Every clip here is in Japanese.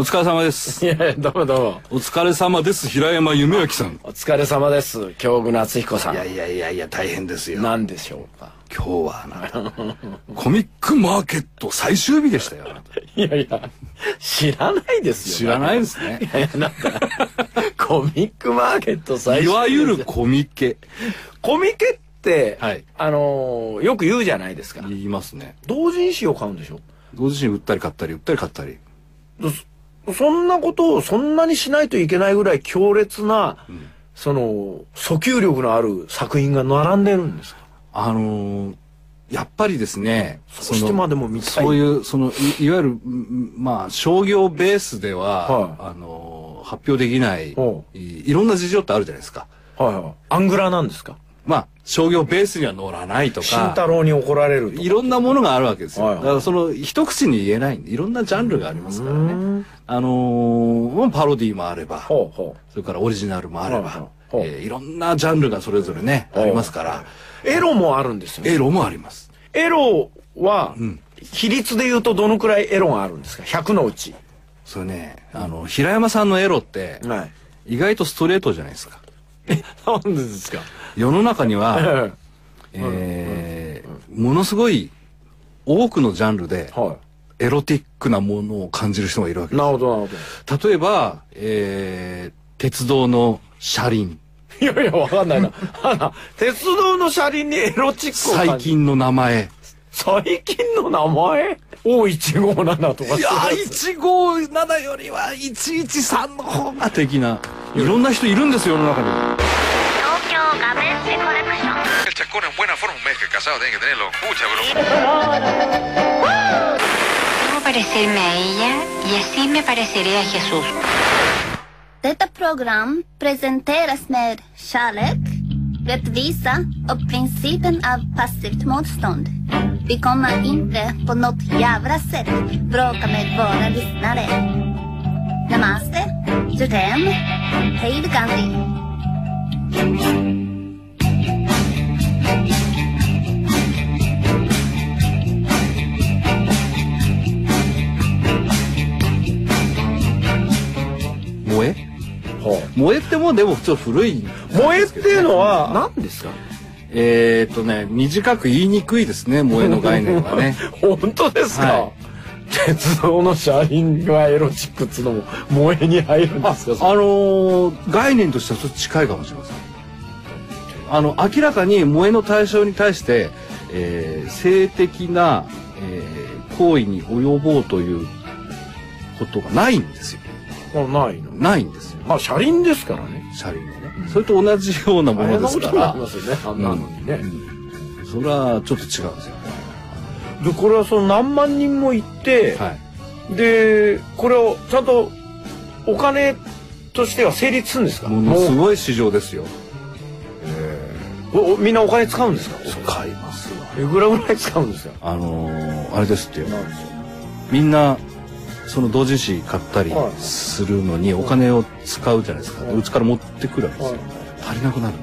お疲れ様です。 いやいや、どうもどうも。 お疲れ様です。平山夢明さん。 お疲れ様です。京極夏彦さん。 いや大変ですよ。 何でしょうか。 今日はコミックマーケット最終日でしたよ。 いやいや、知らないですよ。 知らないですね。 いやなんかコミックマーケット最終日。 いわゆるコミケ。 コミケって、 はい、 よく言うじゃないですか。 言いますね。 同人誌を買うんでしょ。 同人誌売ったり買ったり売ったり買ったり。 そんなことをそんなにしないといけないぐらい強烈な、その訴求力のある作品が並んでるんですか。 やっぱりですね、 そしてまでも見たい。 そういういわゆるまあ商業ベースでは、発表できないいろんな事情ってあるじゃないですか。 はいはい。アングラなんですか。 まあ商業ベースには乗らないとか、 慎太郎に怒られるとか、 いろんなものがあるわけですよ。 はいはい、 だからその一口に言えないんで、いろんなジャンルがありますからね。パロディもあれば、それからオリジナルもあれば、いろんなジャンルがそれぞれねありますから。 エロもあるんですよね。 エロもあります。 エロは、比率で言うとどのくらいエロがあるんですか。100のうち。 それね、平山さんのエロって、意外とストレートじゃないですか。 なんでですか。 世の中には、ものすごい多くのジャンルで、エロティックなものを感じる人がいるわけです。 なるほどなるほど。例えば、鉄道の車輪。 いやいや、わかんないな。鉄道の車輪にエロチックを感じる。 最近の名前。 最近の名前 ?O157 とか。 いや、157よりは113の方が的な。いろんな人いるんですよ、世の中に。 東京ガベッセコレクション。 El chascón en buena forma, un mes que casado tiene que tenerlo. Mucha broma. Debo parecerme a ella y así me pareceré a Jesús. Detta program presenteras med kärlek, rättvisa och principen av passivt motstånd. Vi kommer inte på något jävla sätt bråka med våra lyssnare. Namaste, Jodem, hej Gandhi. 萌えってもうでも普通古い、 萌えっていうのは何ですか。 短く言いにくいですね、萌えの概念はね。 本当ですか。鉄道の車輪がエロチックっつうのも萌えに入るんですか。 概念としてはちょっと近いかもしれません。明らかに萌えの対象に対して、性的な、行為に及ぼうということがないんですよ。ないんですよ。 まあ車輪ですからね。 車輪がね。それと同じようなものですから。 あんなのにね。 それはちょっと違うんですよ。 でこれはその何万人も行って、でこれをちゃんとお金としては成立するんですか。 ものすごい市場ですよ。 みんなお金使うんですか。 使いますわ。 いくらぐらい使うんですか。 あれですってよ。みんなその同人誌買ったりするのにお金を使うじゃないですか。うちから持ってくるわけですよ。足りなくなる。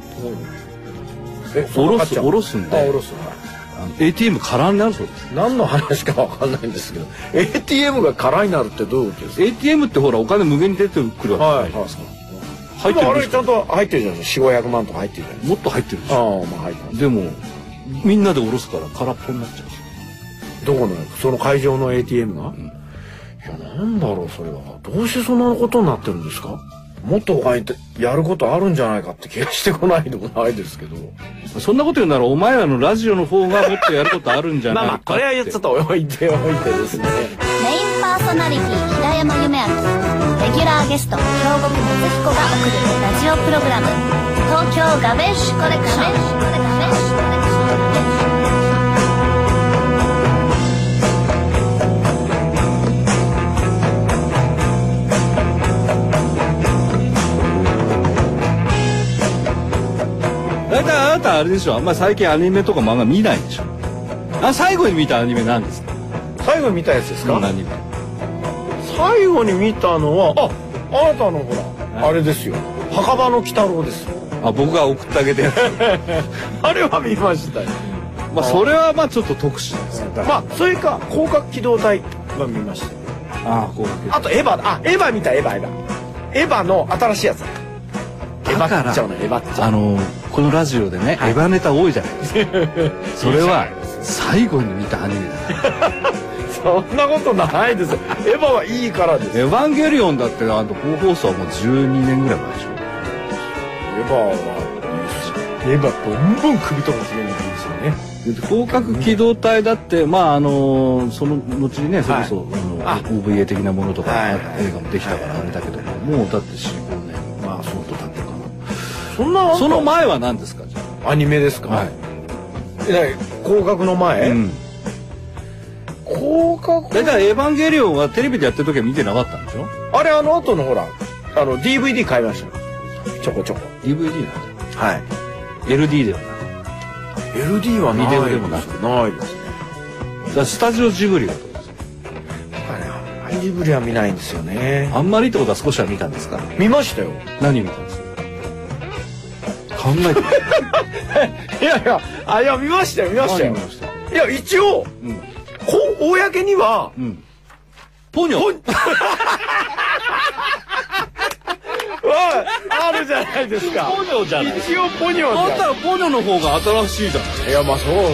下ろすんで。ATM 空になるそうです。 何の話かわかんないんですけど、ATM が空になるってどういうことですか。 ATM ってほらお金無限に出てくるわけじゃないですか。 入ってる。あれちゃんと入ってるじゃないですか。400万とか入ってるじゃないですか。 もっと入ってるでしょ。でもみんなで下ろすから空っぽになっちゃう。 どこのその会場の ATM が、いやなんだろうそれは。どうしてそんなことになってるんですか。もっと他にやることあるんじゃないかって気がしてこないでもないですけど。 そんなこと言うならお前らのラジオの方がもっとやることあるんじゃないかって。 これはちょっと置いてですね。 メインパーソナリティ平山夢明、レギュラーゲスト京極夏彦が送るラジオプログラム東京ガベッシュコレクション。 大体あなたあれでしょ。あんまり最近アニメとか漫画見ないでしょ。最後に見たアニメなんですか。 最後に見たやつですか。 アニメ最後に見たのはあなたのほら、あれですよ。墓場の鬼太郎ですよ。 僕が送ってあげてやつ。 あれは見ましたよ。 それはちょっと特殊です。 それか広角機動隊は見ました。 ああこうあとエヴァ見たエヴァの新しいやつ。エヴァっちゃうのエヴァっちゃう。 このラジオでね、エヴァネタ多いじゃないですか。それは最後に見たアニメだ。 そんなことないです。エヴァはいいからです。 エヴァンゲリオンだって本放送はもう12年ぐらい前でしょ。 エヴァはいいです。エヴァボンボン首とかつけるのいいですよね。 広角機動隊だってまあその後にねそれこそ、OVA 的なものとか、映画もできたからあれだけども、もうだって4、5年まあ相当経ってるかな。その前は何ですかじゃあ。アニメですか。はい。広角の前。広角。 だからエヴァンゲリオンはテレビでやってる時は見てなかったんでしょ。 あれ後のほらDVD 買いました。ちょこちょこ。 DVD なんだ。 はい。 LD ではなく。 LD はビデオでもなくないですね。 だからスタジオジブリはどうですか。 あんまりジブリは見ないんですよね。 あんまりってことは少しは見たんですか。 見ましたよ。 何見たんですか。考えて。 いや見ましたよ。いや一応、公には、 ポニョ。 あるじゃないですか。 ポニョじゃない。 一応ポニョだったらポニョの方が新しいじゃない。 いやまあそう見てない。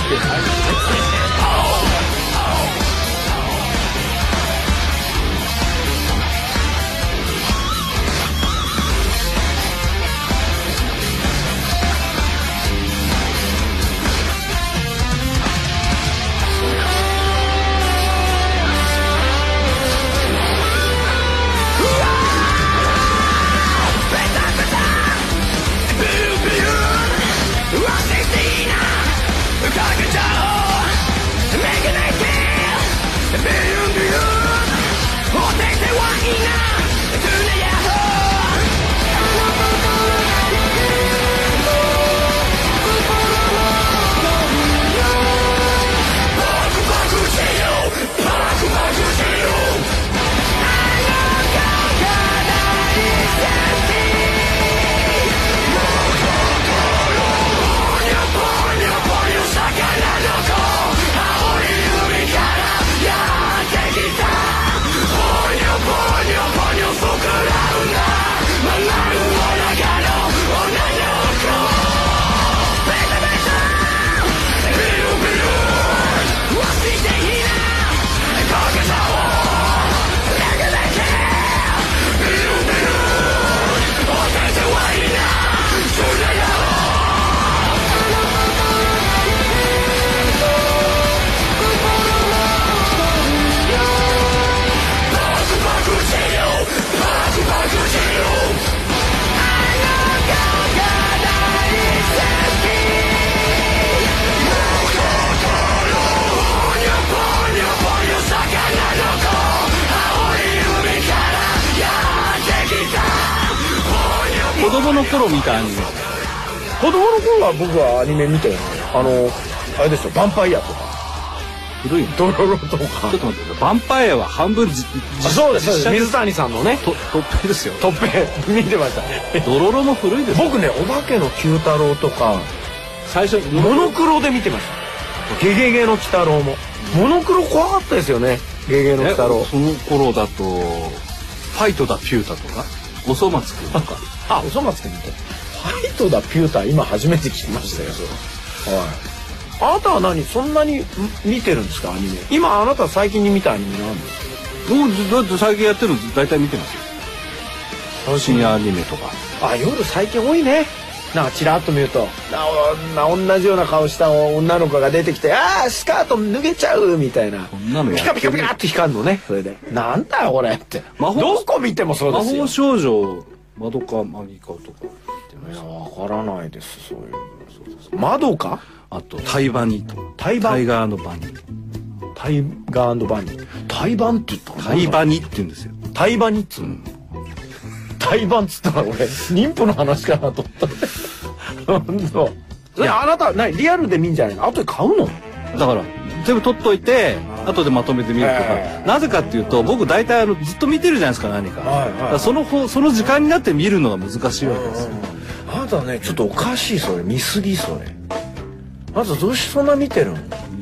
子供の頃見たアニメ。 子供の頃は僕はアニメ見てる。あれですよ、ヴァンパイアとか。 古いドロロとか。ちょっと待ってください。ヴァンパイアは半分そうです。水谷さんのね。 トッペですよ。 トッペ見てました。 ドロロも古いです。 僕ね、お化けの九太郎とか最初モノクロで見てました。ゲゲゲの鬼太郎も。モノクロ怖かったですよね。ゲゲゲの鬼太郎。 その頃だとファイトだピュータとかおそ松くんとか。 あ、おそ松くんと。ファイトだピュータ今初めて聞きましたよ。はい。あなたはそんなに見てるんですかアニメ。今あなた最近に見たアニメなんですか。 だって最近やってるの大体見てますよ。深夜アニメとか。 あ、夜最近多いね。なんかチラッと見ると同じような顔した女の子が出てきて、ああスカート脱げちゃうみたいな。ピカピカピカって光るのね。それでなんだよこれって。どこ見てもそうですよ。 魔法少女マドカマギカとか。 いやわからないです。そういう。マドカ？ あとタイバニとタイガーバニ。 タイガーバニ。タイバンって言ったの？ タイバニって言うんですよ。 タイバニっつうの。タイバンっつったら俺妊婦の話かなと思った。本当。あなたリアルで見んじゃないの？後で買うの？ だから全部取っといて後でまとめて見るとか。なぜかっていうと僕大体ずっと見てるじゃないですか何か。だからその時間になって見るのが難しいわけですよ。 あなたねちょっとおかしいそれ見すぎそれ。あなたどうしてそんな見てるの？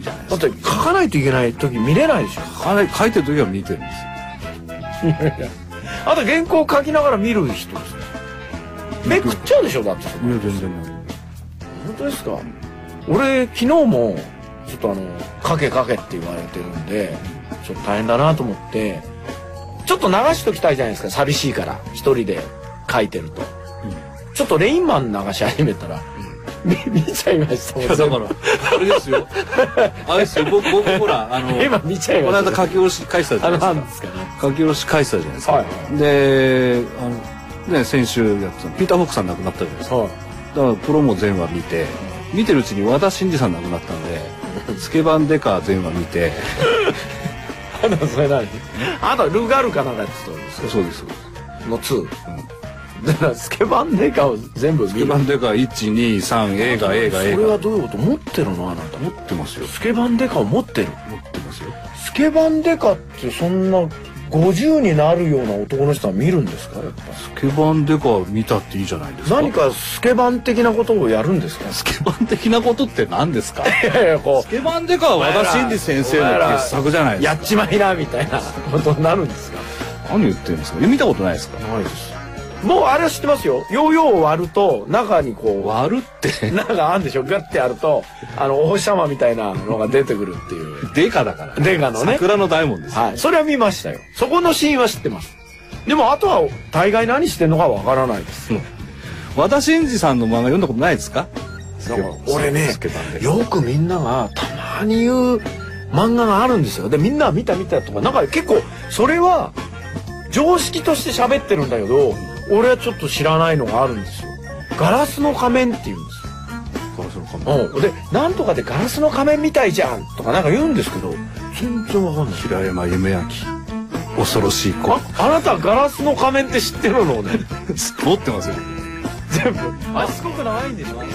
じゃないですか。 だって書かないといけない時見れないでしょ。 書いてる時は見てるんですよ。 あと原稿書きながら見る人ですか。目食っちゃうでしょだって。 いや全然ない。 本当ですか。俺昨日もちょっと書けって言われてるんでちょっと大変だなと思ってちょっと流しときたいじゃないですか。寂しいから一人で書いてると、ちょっとレインマン流し始めたら、見ちゃいましたもん。 だからあれですよ。あれですよ。僕ほら今見ちゃいました。 この間書き下ろし返したじゃないですか。 なんですかね。 書き下ろし返したじゃないですか。 はい、 でね先週やってたピーター・フォックさん亡くなったじゃないですか。はい、だからプロも全話見てるうちに和田真二さん亡くなったんでスケバンデカ全話見て。 それ何？あとルガルかなんかやってたんですか。 そうですの2。だからスケバンデカを全部見る。 スケバンデカ1、2、3映画。それはどういうこと？持ってるのあなた。 持ってますよ。 スケバンデカを持ってる。 持ってますよ。 スケバンデカってそんな50になるような男の人は見るんですか。やっぱスケバンデカ見たっていいじゃないですか。 何かスケバン的なことをやるんですか。 スケバン的なことって何ですか。 こうスケバンデカは和田真二先生の傑作じゃないですか。 やっちまいなみたいなことになるんですか。 何言ってるんですか。見たことないですか。 ないです。もうあれは知ってますよ。ヨーヨーを割ると中にこう割るってなんかあるんでしょ。ガッてやるとお星様みたいなのが出てくるっていう。 デカだから。 デカのね。 桜の大門です。 はい。それは見ましたよ。そこのシーンは知ってます。でもあとは大概何してんのかわからないです。 和田真二さんの漫画読んだことないですか。 俺ねよくみんながたまに言う漫画があるんですよ。でみんな見たとかなんか結構それは常識として喋ってるんだけど。俺はちょっと知らないのがあるんですよ。ガラスの仮面って言うんですよ。 ガラスの仮面。 で、なんとかでガラスの仮面みたいじゃんとかなんか言うんですけど、全然わかんない。 平山夢明。恐ろしい子。 あなたガラスの仮面って知ってるのね。 持ってますよ。 全部。あすごくないんでしょ。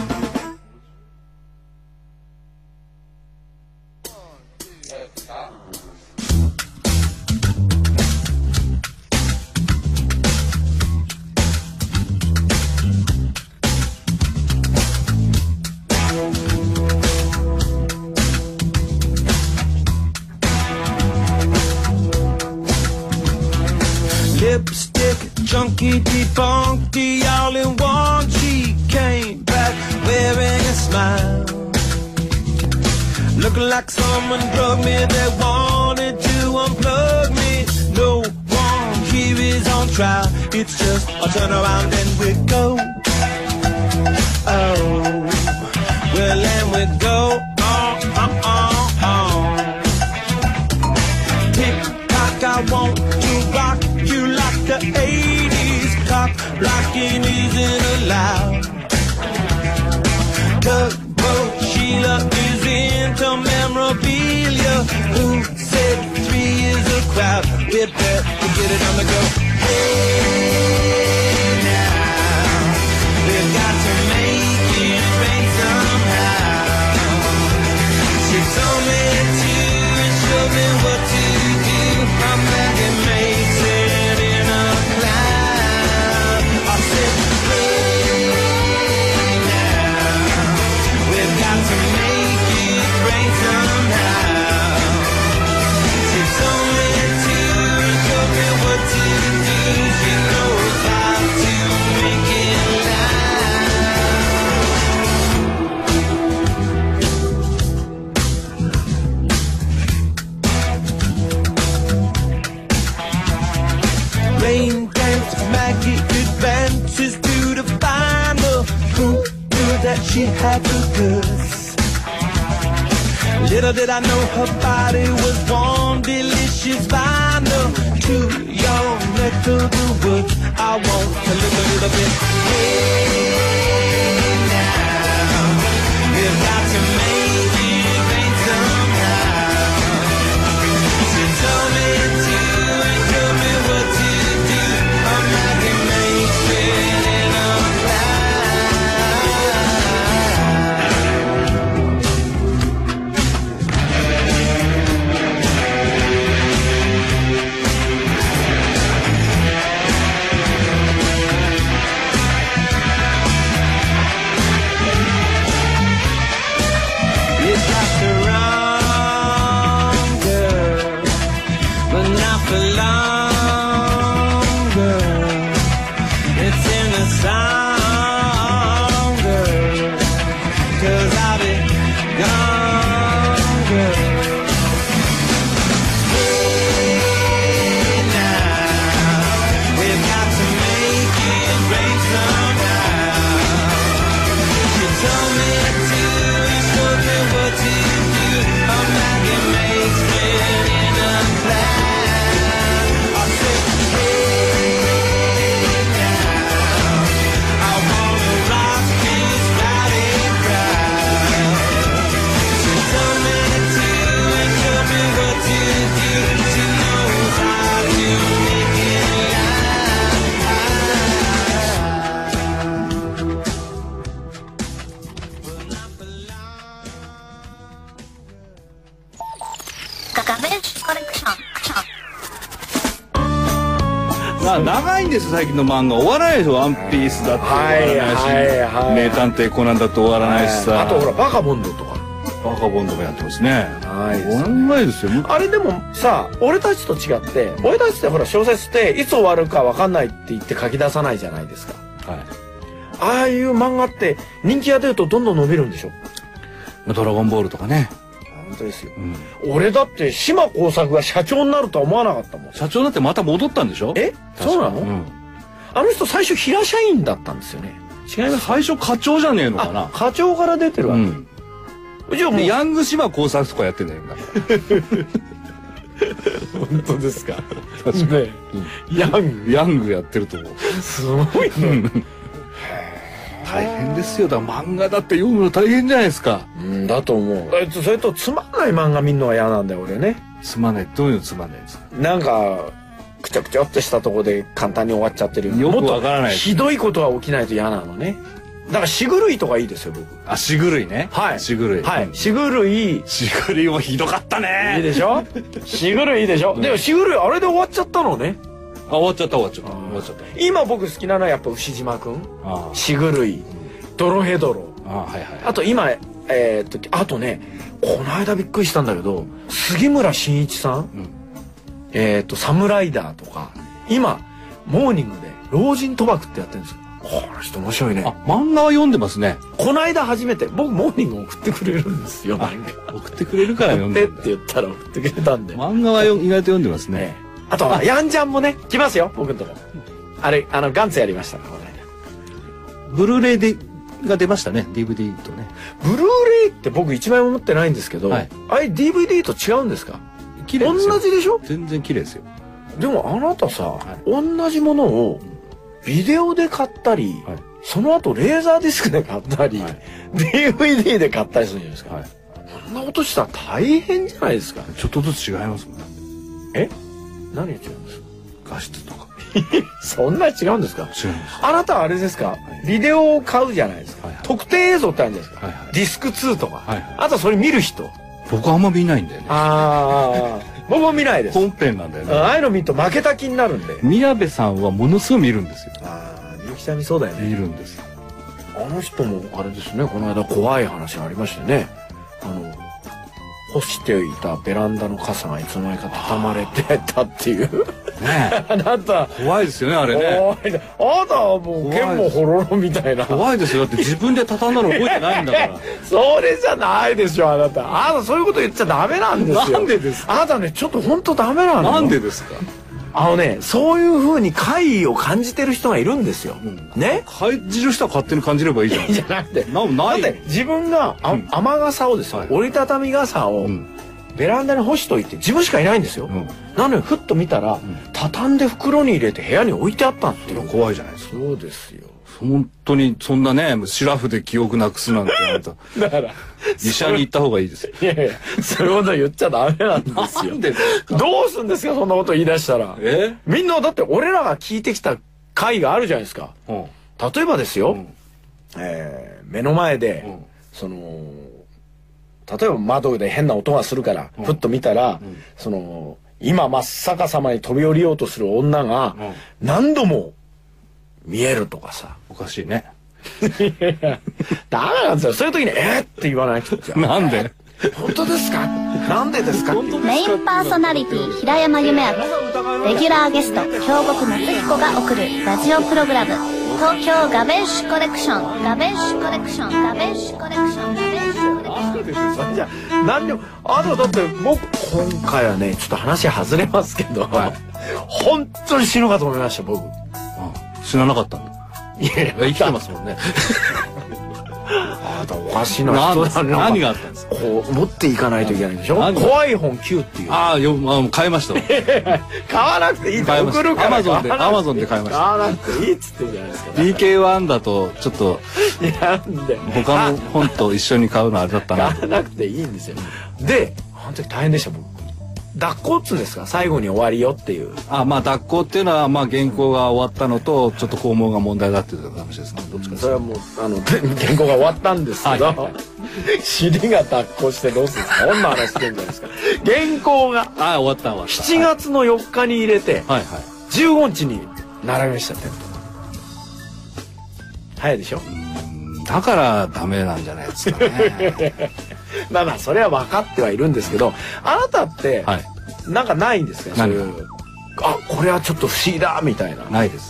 Lipstick, junkie, debunky, all in one. She came back wearing a smile, looking like someone drugged me. They wanted to unplug me. No one here is on trial. It's just a turn around and we go. Oh, well, and we go. Tick-tock, I want to rock you like the 80s. Cock blocking isn't allowed. Tugboat Sheila is into memorabilia. Who said 3 is a crowd? We're there to get it on the go. Hey now, we've got to make it rain somehow. She told me to and showed me what to do. I'm back and makes it in a cloud. I said, hey now, we've got to make it rain somehow. She told me to and showed me what to do. She knows how to make it loud. Rain dance, Maggie advances to the final. Who knew that she had the goods? Little did I know her body was warm, delicious vinyl. To your neck of the woods, I want to look a little bit. Hey now, we've got to make it rain somehow. She told me to and told me what to do. I'm like it makes it in a cloud. 長いんです最近の漫画終わらないでしょ。ワンピースだって終わらないし、名探偵コナンだって終わらないしさ。 あとほらバカボンドとか。 バカボンドもやってますね。 終わらないですよ。 あれでもさ、俺たちと違って俺たちってほら小説っていつ終わるか分かんないって言って書き出さないじゃないですか。はい。ああいう漫画って人気が出るとどんどん伸びるんでしょ。 ドラゴンボールとかね。 本当ですよ。俺だって島耕作が社長になるとは思わなかったもん。 社長になってまた戻ったんでしょ。 そうなの？あの人最初平社員だったんですよね。違います。 最初課長じゃねえのかな。 課長から出てるわけ。じゃあもうヤング島耕作とかやってんだよ。 本当ですか。ね、ヤングやってると思う。すごいね。 大変ですよ。だから漫画だって読むの大変じゃないですか。 だと思う。それとつまんない漫画見るのは嫌なんだよ俺ね。 つまんない。どういうのつまんないですか。 なんかくちょくちょってしたとこで簡単に終わっちゃってる。 よくわからない。 ひどいことが起きないと嫌なのね。だからしぐるいとかいいですよ僕。 あ、しぐるいね。 はい。 しぐるい。 はい。しぐるい。 しぐるいもひどかったね。 いいでしょ。しぐるいいいでしょ。でもしぐるいあれで終わっちゃったのね。 あ、終わっちゃった。 今僕好きなのはやっぱ牛島くん。しぐるい。ドロヘドロ。あと今あとねこの間びっくりしたんだけど杉村真一さん。サムライダーとか今モーニングで老人賭博ってやってるんですよ。この人面白いね。 漫画は読んでますね。 この間初めて僕モーニング送ってくれるんですよ。 送ってくれるから読んでって言ったら送ってくれたんで。 漫画は意外と読んでますね。 あとヤンジャンもね来ますよ僕のとこ。あれガンツやりましたこの間。 ブルーレイでが出ましたね DVD とね。 ブルーレイって僕1枚も持ってないんですけど、あれ DVD と違うんですか。 綺麗ですよ。 同じでしょ。 全然綺麗ですよ。 でもあなたさ、同じものをビデオで買ったり、その後レーザーディスクで買ったり、DVD で買ったりするじゃないですか。そんなことしたら大変じゃないですか。 ちょっとずつ違いますもん。 何が違うんですか。 画質とか。 そんな違うんですか。 違うんです。 あなたはあれですか、ビデオを買うじゃないですか。特定映像ってあるじゃないですか。ディスク2とか。あとそれ見る人。 僕あんま見ないんだよね。 僕も見ないです。 本編なんだよね。 ああいうの見ると負けた気になるんで。 宮部さんはものすごい見るんですよ。 みゆきちゃんにそうだよね。 見るんですよ。 あの人もあれですね、この間怖い話がありましたよね。干していたベランダの傘がいつの間にか畳まれてたっていう。ねえ。あなた怖いですよねあれね。 あなたはもう剣もほろろみたいな。 怖いですよ。だって自分で畳んだの覚えてないんだから。 それじゃないでしょあなた。あなたそういうこと言っちゃダメなんですよ。 なんでですか。 あなたねちょっと本当ダメなの。 なんでですか。 そういう風に怪異を感じてる人がいるんですよ。ね。 感じる人は勝手に感じればいいじゃん。 じゃなくて。 だって自分が雨傘をですよ。折りたたみ傘をベランダに干しといて自分しかいないんですよ。なのにふっと見たら畳んで袋に入れて部屋に置いてあったっていう。 怖いじゃないですか。 そうですよ。 本当にそんなねシラフで記憶なくすなんてあなただから医者に行った方がいいですよ。 いやいやそういうこと言っちゃダメなんですよ。どうすんですかそんなこと言い出したら。みんなだって俺らが聞いてきた回があるじゃないですか。例えばですよ、目の前で例えば窓で変な音がするからふっと見たら今真っ逆さまに飛び降りようとする女が何度も見えるとかさ。 おかしいね。 ダメなんですよ。そういう時にって言わないと。 なんで。 本当ですか。なんでですか。 メインパーソナリティ平山夢明、レギュラーゲスト京極夏彦が送るラジオプログラム東京ガベッシュコレクションガベッシュコレクションガベッシュコレクションガベッシュコレクション。 じゃ何でもだって僕今回はねちょっと話外れますけど、本当に死ぬかと思いました僕。 死ななかったんだ。 いや生きてますもんね。 あなたおかしいな人だね。 何があったんですか。 こう持っていかないといけないんでしょ。怖い本9っていう。 買いました。 買わなくていいって送るから。 アマゾンで買いました。 買わなくていいっつってんじゃないですか。 DK1 だとちょっとなんで他の本と一緒に買うのあれだったな。 買わなくていいんですよ。で本当に大変でした僕。脱行っつうんですか最後に終わりよっていう。 脱行っていうのは原稿が終わったのとちょっと肛門が問題だっていう話ですね。どっちか。 それはもう原稿が終わったんですけど、尻が脱行してどうするんですか。こんな話してるんじゃないですか。原稿が終わった 7月の4日に入れて15日に並びましたテント。早いでしょ。 だからダメなんじゃないですかね。 まあまあそれは分かってはいるんですけど、あなたってなんかないんですか、そういう、あ、これはちょっと不思議だみたいな。 ないです。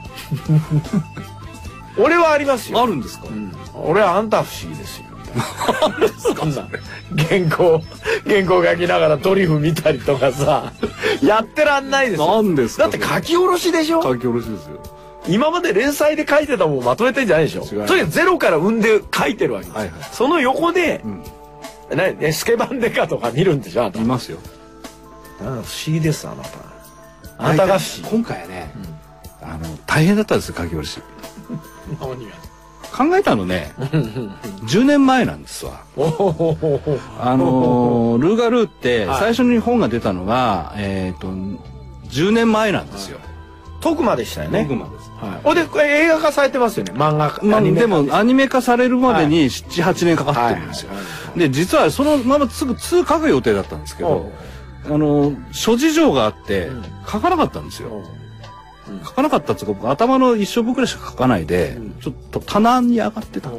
俺はありますよ。 あるんですか。 俺はあんたは不思議ですよ。そんな原稿書きながらドリフ見たりとかさ、やってらんないですよ。 なんですか。 だって書き下ろしでしょ。 書き下ろしですよ。 今まで連載で書いてたもんまとめてんじゃないでしょ。とにかくゼロから生んで書いてるわけです。その横で、スケバンデカとか見るんでしょ。あなたいますよ。 不思議です、あなた。あなたが不思議。 今回ね、大変だったんですよ、書き下ろし。 何が考えたのね、10年前なんですわ。ルーガルーって最初に本が出たのが、10年前なんですよ。 徳間でしたよね。 徳間です。 はい。で映画化されてますよね。漫画。 でもアニメ化されるまでに7、8年かかってるんですよ。で実はそのまますぐ2書く予定だったんですけど、諸事情があって書かなかったんですよ。書かなかったっていうか、僕頭の一生分くらいしか書かないで、ちょっと棚に上がってた。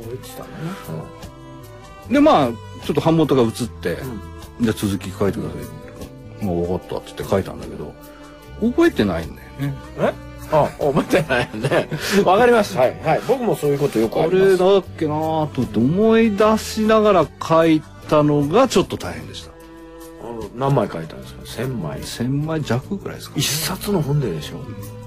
でまあちょっと版元が映って、じゃあ続き書いてください。もう分かったって言って書いたんだけど、覚えてないんだよね。 覚えてないよね。わかります。はいはい。僕もそういうことよくあります。 あれだっけなぁと思って思い出しながら書いたのがちょっと大変でした。 何枚書いたんですか。1000枚。 1000枚弱ぐらいですか、ね。 一冊の本でしょ。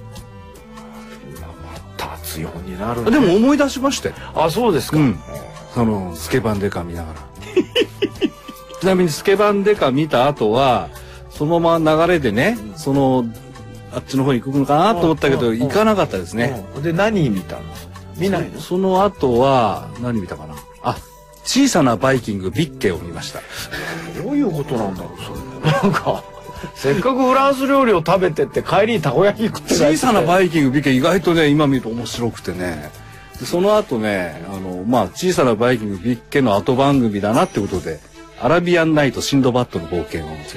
立つようになる、 ね。でも思い出しましたよ。 あ、そうですか。 スケバンデカ見ながら。ちなみにスケバンデカ見た後はそのまま流れでね、あっちの方に行くのかなと思ったけど行かなかったですね。 で何見たの？見ないの？ その後は何見たかな。あ、小さなバイキングビッケを見ました。 どういうことなんだろうそれ。なんかせっかくフランス料理を食べてって帰りにたこ焼き食って小さなバイキングビッケ意外とね今見ると面白くてね。でその後ね小さなバイキングビッケの後番組だなってことでアラビアンナイトシンドバッドの冒険を全部見ました。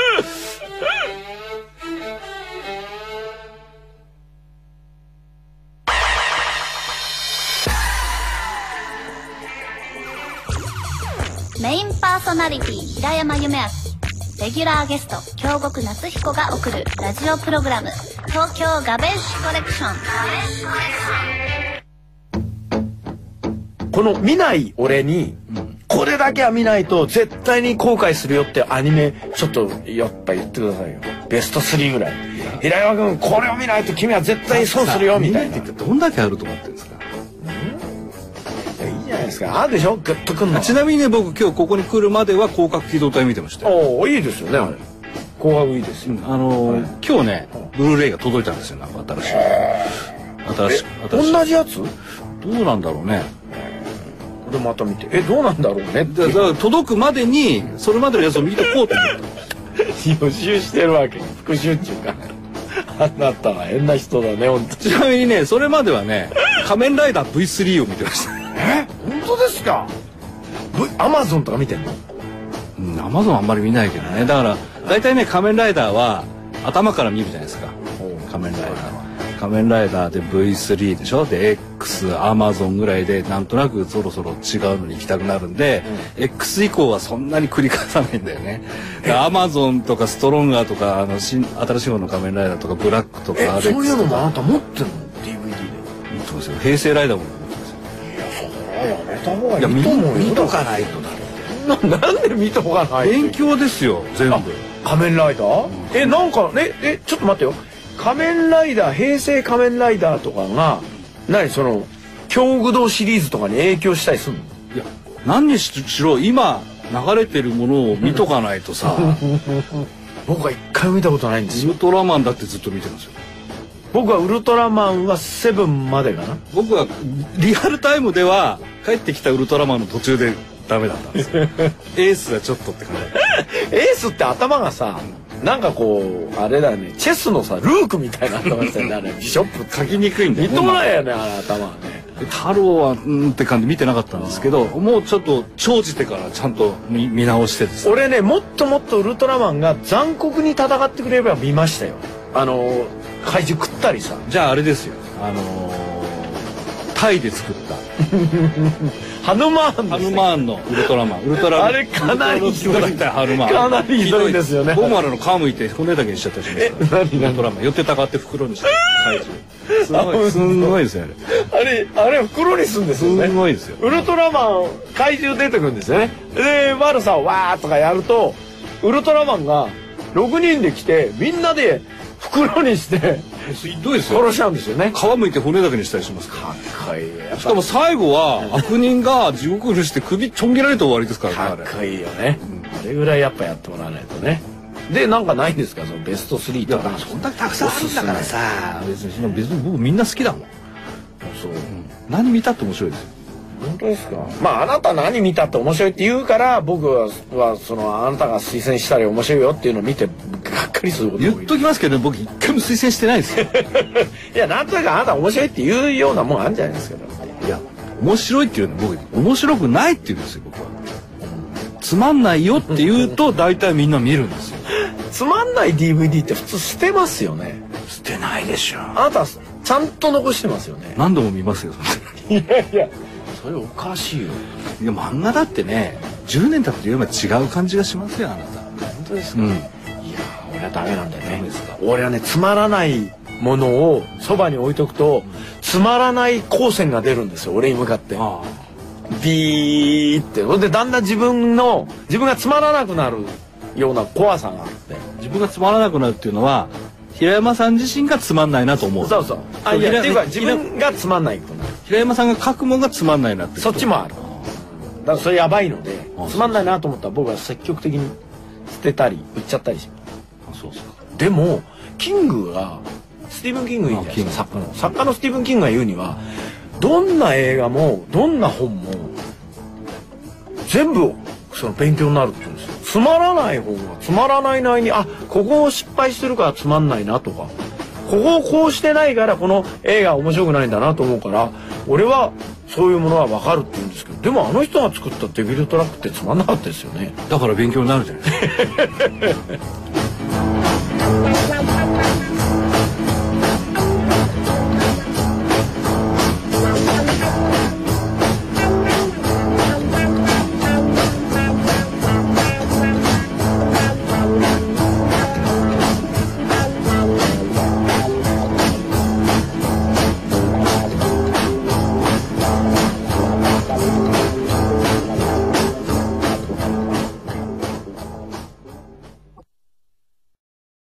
メインパーソナリティ平山夢明、レギュラーゲスト京極夏彦が送るラジオプログラム東京ガベッシュコレクション。 この見ない俺に、これだけは見ないと絶対に後悔するよってアニメちょっとやっぱ言ってくださいよ。ベスト3ぐらい。平山君これを見ないと君は絶対損するよみたいな。 どんだけあると思ってるんですか。 いいじゃないですか。あるでしょ。グッとくんの。 ちなみにね僕今日ここに来るまでは広角機動隊見てましたよ。 おおいいですよねあれ。広角いいですよ。 今日ねブルーレイが届いたんですよ。なんか新しい。 同じやつ？ どうなんだろうね。 でまた見てどうなんだろうねって。 だから届くまでにそれまでのやつを見とこうと思って予習してるわけ。復習中か。あなたは変な人だね本当。 ちなみにねそれまではね仮面ライダー V3 を見てました。 本当ですか。アマゾンとか見てんの？ アマゾンあんまり見ないけどね。だから大体ね仮面ライダーは頭から見るじゃないですか。仮面ライダーは仮面ライダーで V3 でしょ。で X アマゾンぐらいでなんとなくそろそろ違うのに行きたくなるんで、X 以降はそんなに繰り返さないんだよね。アマゾンとかストロンガーとか新しい方の仮面ライダーとかブラックとかそういうのもあなた持ってんの DVD で。 持ってますよ。平成ライダーも持ってますよ。 やめた方がいいと思うよ。 見とかないとなんで見とかないと。 勉強ですよ全部。 仮面ライダー？なんかねちょっと待ってよ。仮面ライダー平成仮面ライダーとかが京極堂シリーズとかに影響したりするの？ いや何にしろ今流れてるものを見とかないとさ。 僕は一回も見たことないんですよ。 ウルトラマンだってずっと見てますよ。 僕はウルトラマンは7までかな。 僕はリアルタイムでは帰ってきたウルトラマンの途中でダメだったんですよ。エースはちょっとって感じ。 エースって頭がさなんかこうあれだねチェスのさルークみたいな頭してるねあれビショップ書きにくいんだよね。 みっともないよねあれ頭はね。 太郎はって感じ見てなかったんですけどもうちょっと長じてからちゃんと見直してですね。 俺ねもっともっとウルトラマンが残酷に戦ってくれれば見ましたよ。 怪獣食ったりさ。 じゃああれですよ、タイで作ったハヌマーンですね。 ハヌマーンのウルトラマンあれかなりひどい。 ハヌマーンかなりひどいですよね。 ボマルの皮むいて骨だけにしちゃったりしますから。ウルトラマン寄ってたかって袋にして怪獣すんごいですよね。 あれ袋にするんですよね。 すごいですよ。 ウルトラマン怪獣出てくるんですよね。で悪さをわーとかやるとウルトラマンが6人で来てみんなで袋にしてひどいですよ。 殺しちゃうんですよね。 皮むいて骨だけにしたりしますから。 かっこいい。 しかも最後は悪人が地獄にして首ちょん切られて終わりですからね。かっこいいよね。あれぐらいやっぱやってもらわないとね。でなんかないんですかそのベスト3とか。 そんだけたくさんあるんだからさ、別に僕みんな好きだもん。そう、何見たって面白いですよ。 本当ですか。まああなた何見たって面白いって言うから僕はそのあなたが推薦したり面白いよっていうのを見てがっかりすること言っときますけど、僕一回も推薦してないですよいやなんとなくあなた面白いって言うようなもんあるんじゃないですか。 いや面白いっていうのは僕面白くないって言うんですよ僕は。つまんないよって言うと大体みんな見るんですよつまんない DVD って普通捨てますよね。 捨てないでしょ。 あなたちゃんと残してますよね。 何度も見ますよいやいやそれおかしいよ。 いや漫画だってね10年経って読めば違う感じがしますよあなた。 本当ですか。いや俺はダメなんだよね。俺はねつまらないものをそばに置いとくとつまらない光線が出るんですよ俺に向かって。ビーってほんでだんだん自分がつまらなくなるような怖さがあって。 自分がつまらなくなるっていうのは平山さん自身がつまんないなと思う。 そうそう。いやっていうか自分がつまんないとなる。 平山さんが書くもんがつまんないなって。 そっちもある。だからそれやばいのでつまんないなと思ったら僕は積極的に捨てたり売っちゃったりします。そうそう。でもキングがスティーブン・キング言うじゃないですか。作家のスティーブン・キングが言うにはどんな映画もどんな本も全部その勉強になるって言うんですよ。つまらない本はつまらないなりにここを失敗してるからつまんないなとかここをこうしてないからこの映画面白くないんだなと思うから俺はそういうものは分かるって言うんですけどでもあの人が作ったデビルトラックってつまんなかったですよね。 だから勉強になるじゃないですか